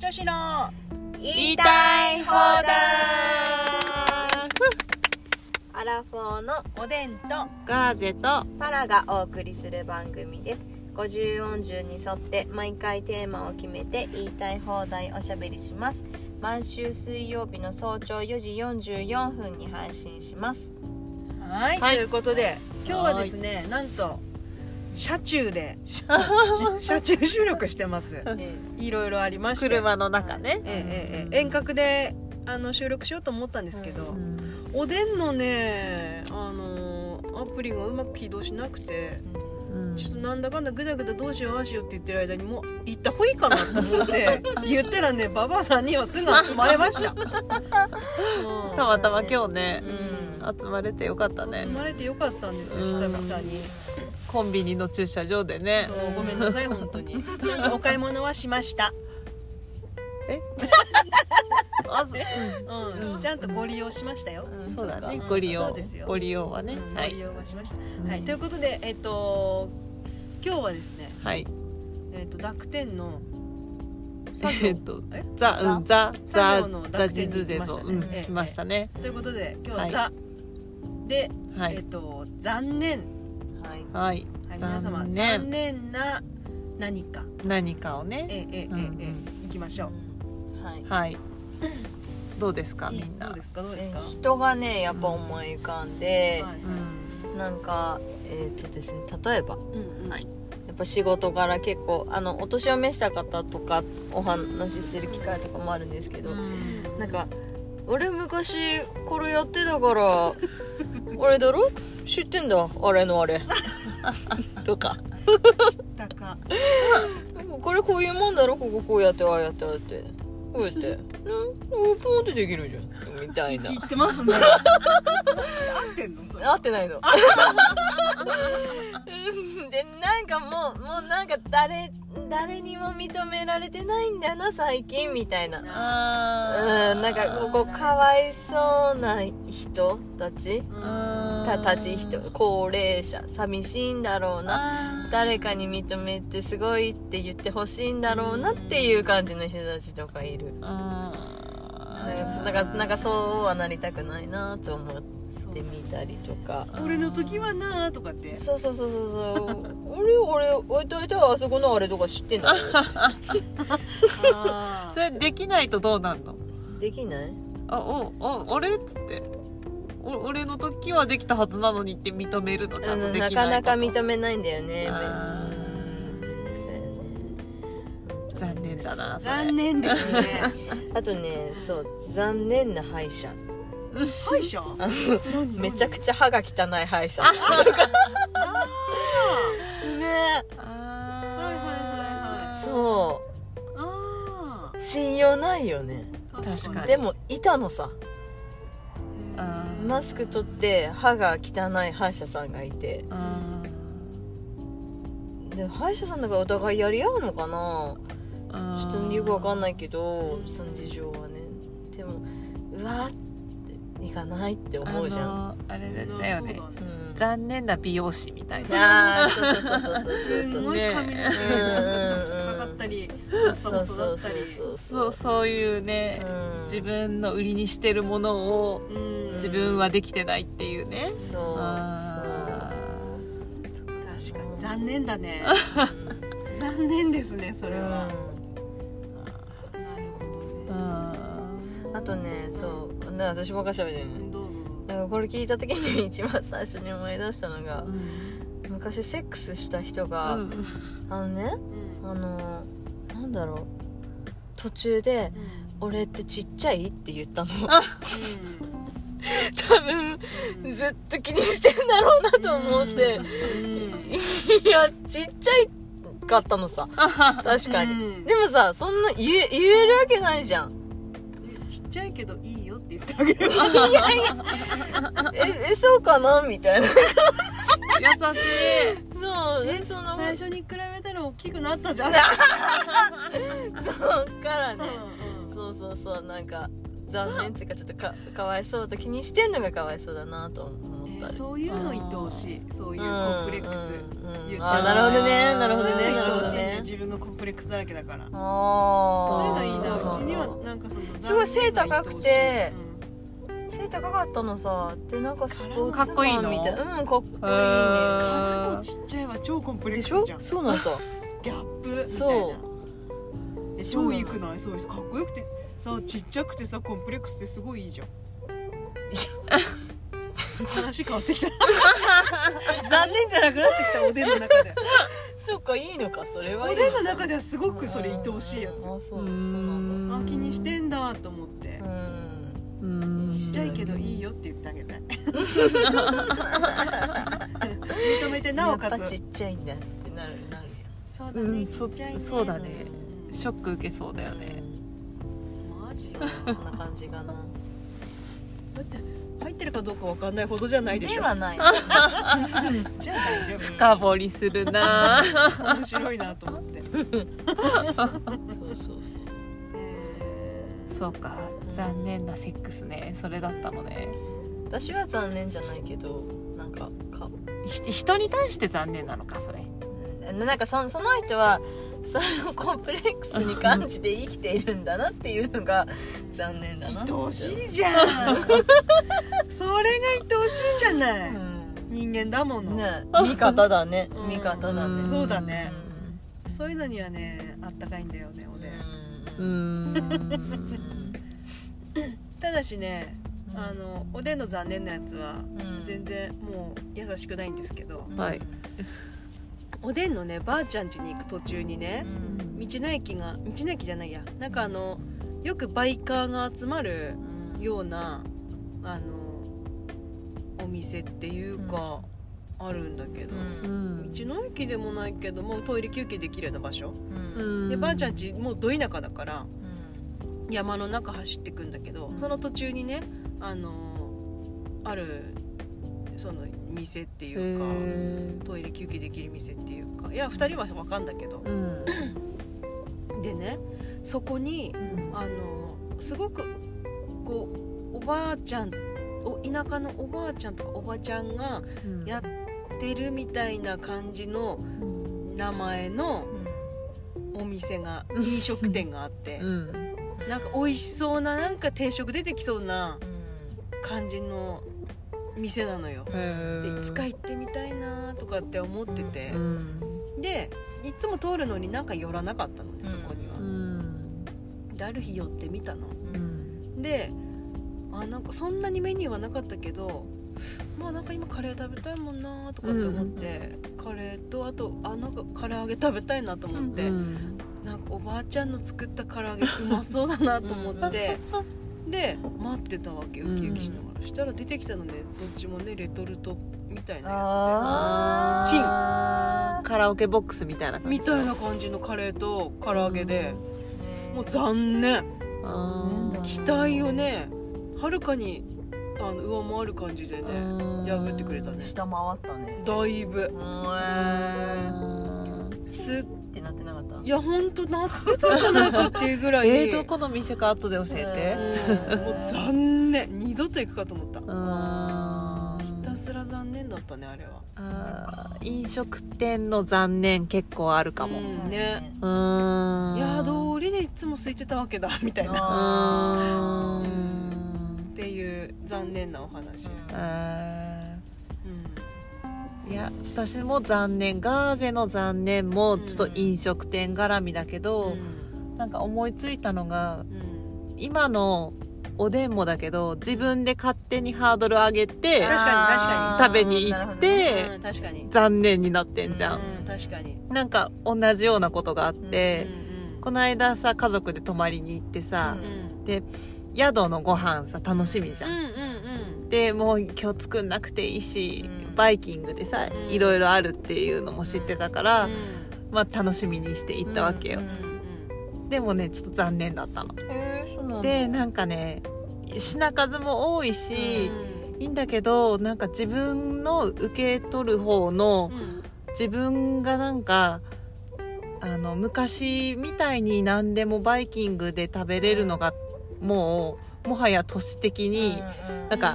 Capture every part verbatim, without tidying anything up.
女子の言いたい放題。 アラフォーのおでんとガーゼとパラがお送りする番組です。ごじゅう、よんじゅうに沿って毎回テーマを決めて言いたい放題おしゃべりします。毎週水曜日の早朝よじよんじゅうよんぷんに配信します。 はい、はい、ということで今日はですね、なんと車中で車中収録してます。いろいろありまして、 車の中ね、 ええええ、遠隔であの収録しようと思ったんですけど、うん、おでんのねあのアプリがうまく起動しなくて、うん、ちょっとなんだかんだグダグダどうしようああしようって言ってる間にもう行った方がいいかなと思って言ったらね、ババアさんにはすぐ集まれましたたまたま今日ね、うん、集まれてよかったね。 集まれてよかったんですよ、久々に。 コンビニの駐車場でね。 そう、ごめんなさい本当に。ちゃんとお買い物はしました。 えあ、うんうん、ちゃんとご利用しましたよ、 うん、そうだね、ご利用、ご利用はね、 うん、ご利用はしました、はい、ということで、えっと今日はですね、 はい、 えっと濁点のえっとザうんザザザジズデゾ来ましたね。 ということで今日はザ、はい、で、はい、えっと残念、 はいはい、 はい、皆様残念な何か何かをね、 ええええええいきましょう。 はい、 はい、どうですかみんな。 どうですかどうですか。 人がねやっぱ思い浮かんで、 うんはいはい、なんかえっとですね、例えば、 うんうん、 はい、やっぱ仕事柄結構あのお年を召した方とかお話しする機会とかもあるんですけど、うん、なんか俺昔これやってたからあれだろ知ってんだあれのあれとか知ったかこれこういうもんだろこここうやってああやってああやってこうやってオープンってできるじゃんみたいな。 言ってますね合ってんのそれ。 合ってないのでなんかもうもうなんか誰誰にも認められてないんだな最近みたいな。あうんなんかここかわいそうな人たちたたち人高齢者寂しいんだろうな、誰かに認めてすごいって言ってほしいんだろうなっていう感じの人たちとかいる。なんかなんかそうはなりたくないなと思ってみたりとか、 俺の時はなとかってそうそうそうそうそう俺俺おいといてはあそこのあれとか知ってんのあそれできないとどうなんの。 できないあおお俺っつってお俺の時はできたはずなのにって認めるのちゃんとできないこと。 なかなか認めないんだよね。 残念だな。 残念ですねあとねそう残念な歯医者歯医者めちゃくちゃ歯が汚い歯医者ねあそうあ信用ないよね。 確かに。 でもいたのさ。マスク取って歯が汚い歯医者さんがいて、で歯医者さんだからお互いやり合うのかなちょっとよくわかんないけどその事情はね。でもうわーっていかないって思うじゃん。 あ, あれだよね、うん、残念な美容師みたいな。 あそうそうそうそうそうすごい髪の毛がかかったりボサボサだったり、 そうそういうね、うん、自分の売りにしてるものを、うん、自分はできてないっていうね。 そうあ確かに残念だね、うん、残念ですねそれは、うん、なるほどね。 あとねそうね私もかしゃべるね。だからこれ聞いた時に一番最初に思い出したのが、うん、昔セックスした人が、うん、あのね、うん、あのなんだろう途中で、うん、俺ってちっちゃいって言ったの、うん、多分ずっと気にしてんだろうなと思って、うん、いやちっちゃいかったのさ確かに、うん、でもさそんな言え、言えるわけないじゃん。 ちっちゃいけどいいよって言ってあげるいやいやええそうかなみたいな優しいのえその最初に比べたら大きくなったじゃんそっからね、うんうん、そうそうそうなんか残念っていうかちょっと か, かわいそうと気にしてんのがかわいそうだなと思って、 たり、 そういうの愛おしい、そういうコンプレックス言っちゃう、 あなるほどねなるほどねなるほど愛おしいね、 ね、 自分がコンプレックスだらけだから、 あそういうのいいそうな。うちにはなんかそのすごい背高くて、 うん、 背高かったのさで、なんかスポーかっこいいのツマンみたいな、うんかっこいいね、 体もちっちゃいわ、超コンプレッでしょクスじゃん、 そうなのさギャップみたいな、 そうえ超いいくない？そういう人かっこよくてさ、ちっちゃくてさコンプレックスってすごいいいじゃん。話変わってきた残念じゃなくなってきた、おでんの中でそうか、いいのか、それはいいおでんの中ではすごくそれ愛おしいやつ、 あそうそうなんだ、 あ気にしてんだと思って、 うん、 ちっちゃいけどいいよって言ってあげたい認めてなおかつやっぱちっちゃいんだってなるなるやん、 そうだね、 うん、 ちっちゃいね、 そうだね、ショック受けそうだよね。 マジそんな感じかなだって入ってるかどうかわかんないほどじゃないでしょ。 ではないじゃあ大丈夫。 深掘りするな面白いなと思ってそうそうそう、 えそうか、残念なセックスね、それだったのね。 私は残念じゃないけど、なんかかひ人に対して残念なのか、それ。 うんなんか そ, その人はそれをコンプレックスに感じて生きているんだなっていうのが残念だな。 愛おしいじゃんそれが愛おしいじゃない、 うん、 人間だもの、 ね、味方だね、 うん味方だね、 そうだね、そういうのにはねあったかいんだよね、おでん、 うーんただしね、あのおでんの残念なやつはうん全然もう優しくないんですけど、 はいおでんのねばあちゃん家に行く途中にね、 うん道の駅が道の駅じゃないや、なんかあのよくバイカーが集まるようなあのお店っていうか、あるんだけど、 うん道の駅でもないけどもトイレ休憩できるような場所、 うんでばあちゃん家もうど田舎だからうん山の中走ってくんだけど、その途中にねあのあるその店っていうか、 へートイレ休憩できる店っていうか、いやふたりは分かんだけど、 うんでねそこにあのすごくこうおばあちゃんお田舎のおばあちゃんとかおばちゃんがやってるみたいな感じの名前のお店が飲食店があって、 うんなんか美味しそうななんか定食出てきそうな感じの店なのよ。でいつか行ってみたいなとかって思ってて、 うんでいつも通るのになんか寄らなかったのね、そこには。 うんである日寄ってみたのうんで、あなんかそんなにメニューはなかったけど、まあなんか今カレー食べたいもんなとかって思って、うん、カレーとあとあなんか唐揚げ食べたいなと思って、うん、なんかおばあちゃんの作った唐揚げうまそうだなと思ってで待ってたわけ、ウキウキしながら、うん、したら出てきたので、どっちもねレトルトみたいなやつでチンカラオケボックスみたいな感じみたいな感じのカレーと唐揚げで、うん、もう残念期待をねはるかにあの上回る感じでね破ってくれたね。 下回ったねだいぶすってなってなかった？ いやほんとなってたんじゃないかっていうぐらいえー、どこの店か後で教えて、もう残念、二度と行くかと思った。 あひたすら残念だったね、あれは。 あ飲食店の残念結構あるかも、 うんね、 うーん宿りでいつも空いてたわけだみたいなっていう残念なお話。 あいや私も残念、ガーゼの残念もちょっと飲食店絡みだけど、うん、なんか思いついたのが、うん、今のおでんもだけど自分で勝手にハードル上げて確かに確かに食べに行って、 うん、確かに残念になってんじゃん、 うん、確かになんか同じようなことがあって、 うんうん、 この間さ家族で泊まりに行ってさ、うん、で宿のご飯さ楽しみじゃん、うんうんうん、でもう今日作んなくていいし、うん、バイキングでさ、うん、いろいろあるっていうのも知ってたから、うん、まあ楽しみにして行ったわけよ、うんうんうん、でもねちょっと残念だったの。 えー、そうなんだ。 でなんかね品数も多いし、うん、いいんだけどなんか自分の受け取る方の、うん、自分がなんかあの昔みたいに何でもバイキングで食べれるのがもうもはや都市的に、うん、なんか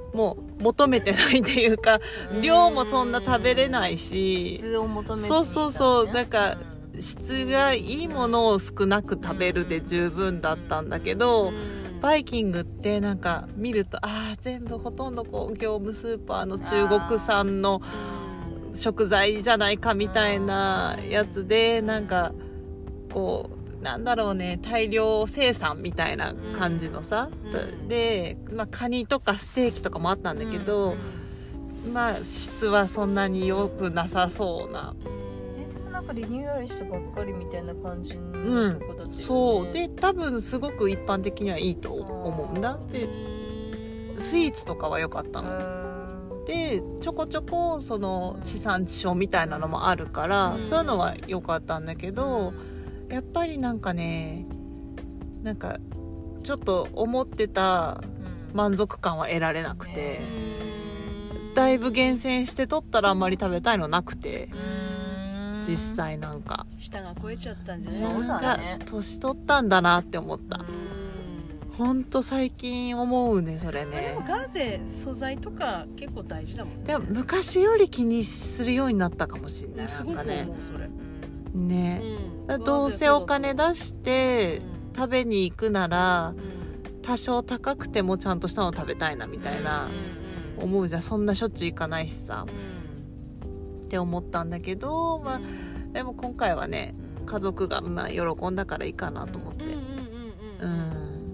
もう求めてないっていうか、量もそんな食べれないし、 質を求めて、ね、 そうそうそう、なんか質がいいものを少なく食べるで十分だったんだけど、バイキングってなんか見ると、ああ全部ほとんどこう業務スーパーの中国産の食材じゃないかみたいなやつで、なんかこうなんだろうね、大量生産みたいな感じのさ、で、まあ、カニとかステーキとかもあったんだけど、まあ質はそんなに良くなさそうな。 なんかリニューアルしたばっかりみたいな感じのとこだったよね、うん、 そうで多分すごく一般的にはいいと思うんだ。でスイーツとかは良かったので、ちょこちょこその地産地消みたいなのもあるから、うん、そういうのは良かったんだけど、やっぱりなんかね、なんかちょっと思ってた満足感は得られなくて、うん、だいぶ厳選して取ったらあんまり食べたいのなくて、実際なんか舌が超えちゃったんじゃないですか。なんか年取ったんだなって思った。ほんと最近思うねそれね。 でもガーゼ素材とか結構大事だもんね。 でも昔より気にするようになったかもしれない。 すごく思うそれね、うん、だどうせお金出して食べに行くなら、うん、多少高くてもちゃんとしたの食べたいなみたいな、うん、思うじゃん。そんなしょっちゅう行かないしさ、うん、って思ったんだけど、まあ、でも今回はね家族がまあ喜んだからいいかなと思って、うん、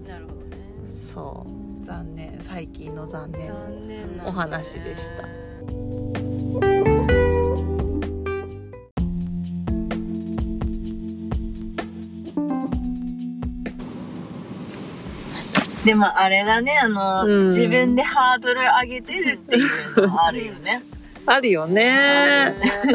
なるほどね。 そう残念、最近の残念残念なお話でした。 でもあれだね、あの、うん、自分でハードル上げてるっていうのもあるよね。 あるよね。で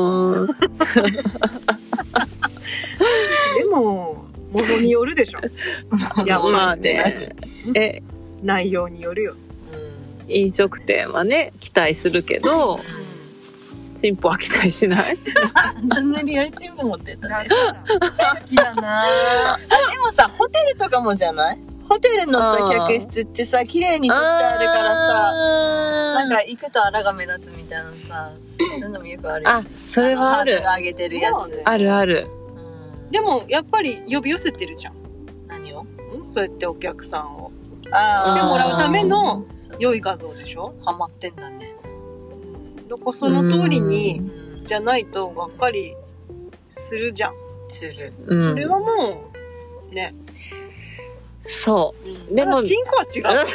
もものによるでしょ。 やまあね、 え内容によるよ、 うん、飲食店はね期待するけど、うん、チンポは期待しない。 あんなにやりチンポ持ってたね。好きだな。あでもさホテルとかもじゃない？ホテルのさ客室ってさ綺麗に撮ってあるからさ、なんか行くとあらが目立つみたいなさ、そういうのもよくあるよ。 あ、それはある。 ハードル上げてるやつ。 あるある。 うん、でもやっぱり呼び寄せてるじゃん。 何を？ そうやってお客さんを来てもらうための良い画像でしょ。 ハマってんだね。 どこその通りにじゃないとがっかりするじゃん。 する。 それはもうね。 そう。でも、 チンコは違う。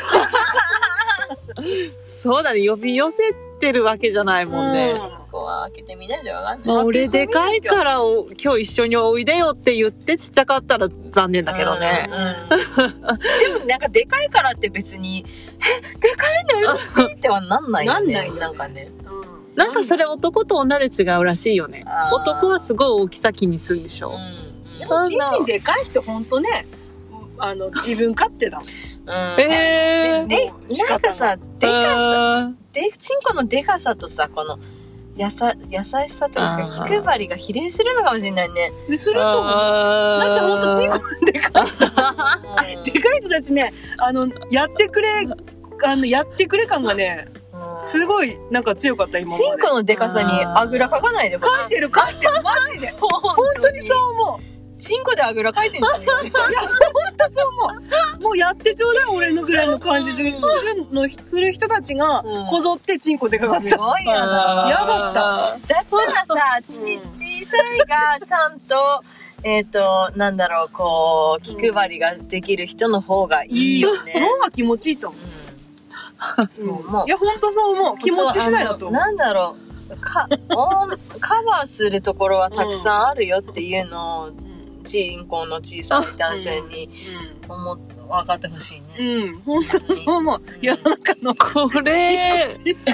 そうだね。呼び寄せてるわけじゃないもんね。 チンコは開けてみないとわかんない。 まあ、俺でかいからお今日一緒においでよって言ってちっちゃかったら残念だけどね。 うんうん、でもなんかでかいからって別に、え、でかいのよってはなんないよね。 なんないよね。 なんかね。 なんかそれ男と女で違うらしいよね。男はすごい大きさ気にするでしょ。 うん、でもチンチンでかいってほんとね。あの自分勝手だもん。 うん、えー、で、で、なんかさ、でかさ、で、チンコのでかさとさ、この、やさ、優しさというか、気配りが比例するのかもしれないね。 すると思う。だってほんとチンコのでかい。でかい人たちね、あの、やってくれ、あの、やってくれ感がね、すごい、なんか強かった、今まで。 チンコのでかさにあぐらかかないで。 かいてる、かいてる、マジで。本当にそう思う。 チンコであぐらかいてんじゃねえか。いや、 ほんとそう思う。もうやってちょうだい、俺のぐらいの感じでするの、する人たちが、こぞってチンコでかかった。 すごいやな。 やばった。 だったらさ、ち、小さいが、ちゃんと、えっと、なんだろう、こう、気配りができる人の方がいいよね。 の方が気持ちいいと思う。そう思う。いや、ほんとそう思う。気持ち次第だと思う。 なんだろう、か、カバーするところはたくさんあるよっていうのを、人口の小さい男性に思っ、うんうん、分かってほしいね。 うん、本当にそう思う。世の中のこれ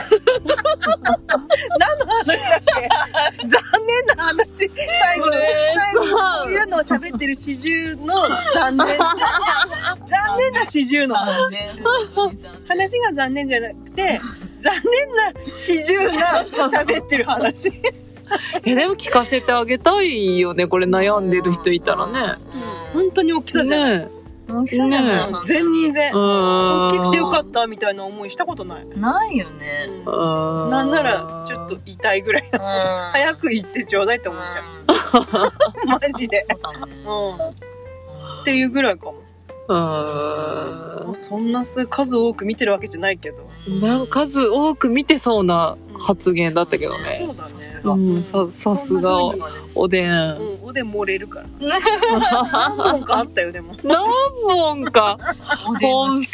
何の話だっけ？残念な話。最後最後こういうのを喋ってる四十の残念残念な四十の話。話が残念じゃなくて残念な四十が喋ってる話。 えでも聞かせてあげたいよね。これ悩んでる人いたらね。 うん、本当に大きさじゃない、ね、 大きさじゃない、 ね、全然大きくてよかったみたいな思いしたことない。 ないよね、 うん、なんならちょっと痛いぐらい早く行ってちょうだいって思っちゃうマジで、そうだね、うん、っていうぐらいかも。 うん、 そんな数多く見てるわけじゃないけど、 なんか数多く見てそうな発言だったけどね。 そうだね。 うん、さ、さすがおでん。 うん、おでん漏れるから。何本かあったよでも。 何本か。本数。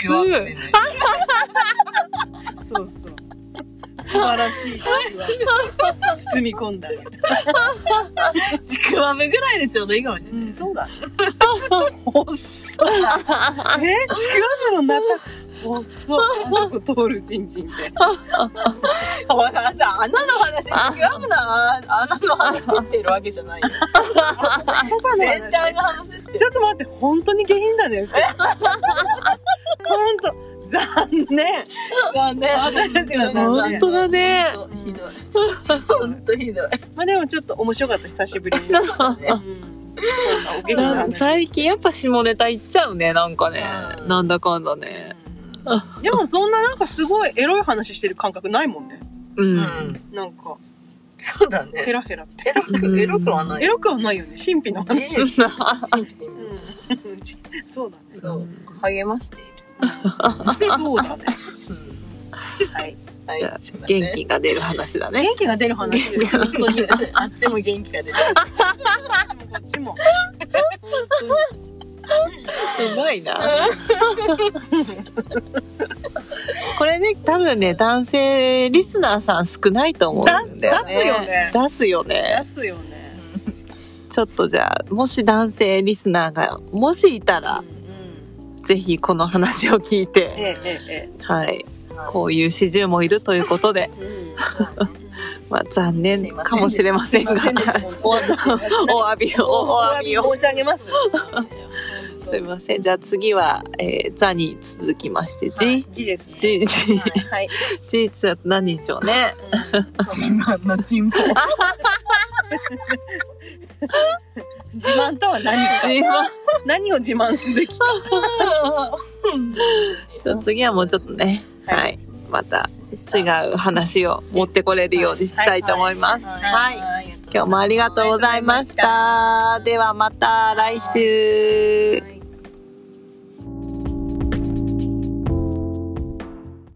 そうそう。素晴らしいちくわ包み込んだ。 ちくわめぐらいでちょうどいいかもしれない。うん、 そうだね。細い。え、ちくわめの中。おそう、あそこ通るちんちんって。 お前さ、穴の話違うな。穴の話してるわけじゃないよ。全体の話してる。 ちょっと待って、本当に下品だね。本当、残念。 残念。 私が残念。 本当だね。 ひどい。本当ひどい。 まあでもちょっと面白かった、久しぶりに。 最近やっぱ下ネタ言っちゃうね、なんかね。なんだかんだね。 でもそんななんかすごいエロい話してる感覚ないもんね。 うん。 なんか。 そうだね。 ヘラヘラって。 エロく、エロくはない。 エロくはないよね。神秘の話。 神秘神秘。 そうだね。 そう。励ましている。 そうだね。はい。 じゃあ元気が出る話だね。 元気が出る話です。本当に。 あっちも元気が出る。 こっちも。 うまいな。これね、多分ね、男性リスナーさん少ないと思うんだよね。 出すよね。 出すよね。 出すよね。 ちょっとじゃあ、もし男性リスナーがもしいたら、うんうん、ぜひこの話を聞いて、 ええええ、 はい、こういう始終もいるということで、うんまあ残念かもしれませんが、お詫びをお詫びを申し上げます。 すいません。じゃあ次は、えー、ザに続きまして、ジ、 ジですね。 ジ、ジ、 はい。 ジちょっと何でしょうね。 自慢の人望。 自慢とは何か。自慢。何を自慢すべきか。 じゃあ次はもうちょっとね、はい、はい、また違う話を持ってこれるようにしたいと思います。はい。はいはい、今日もありがとうございました。ではまた来週。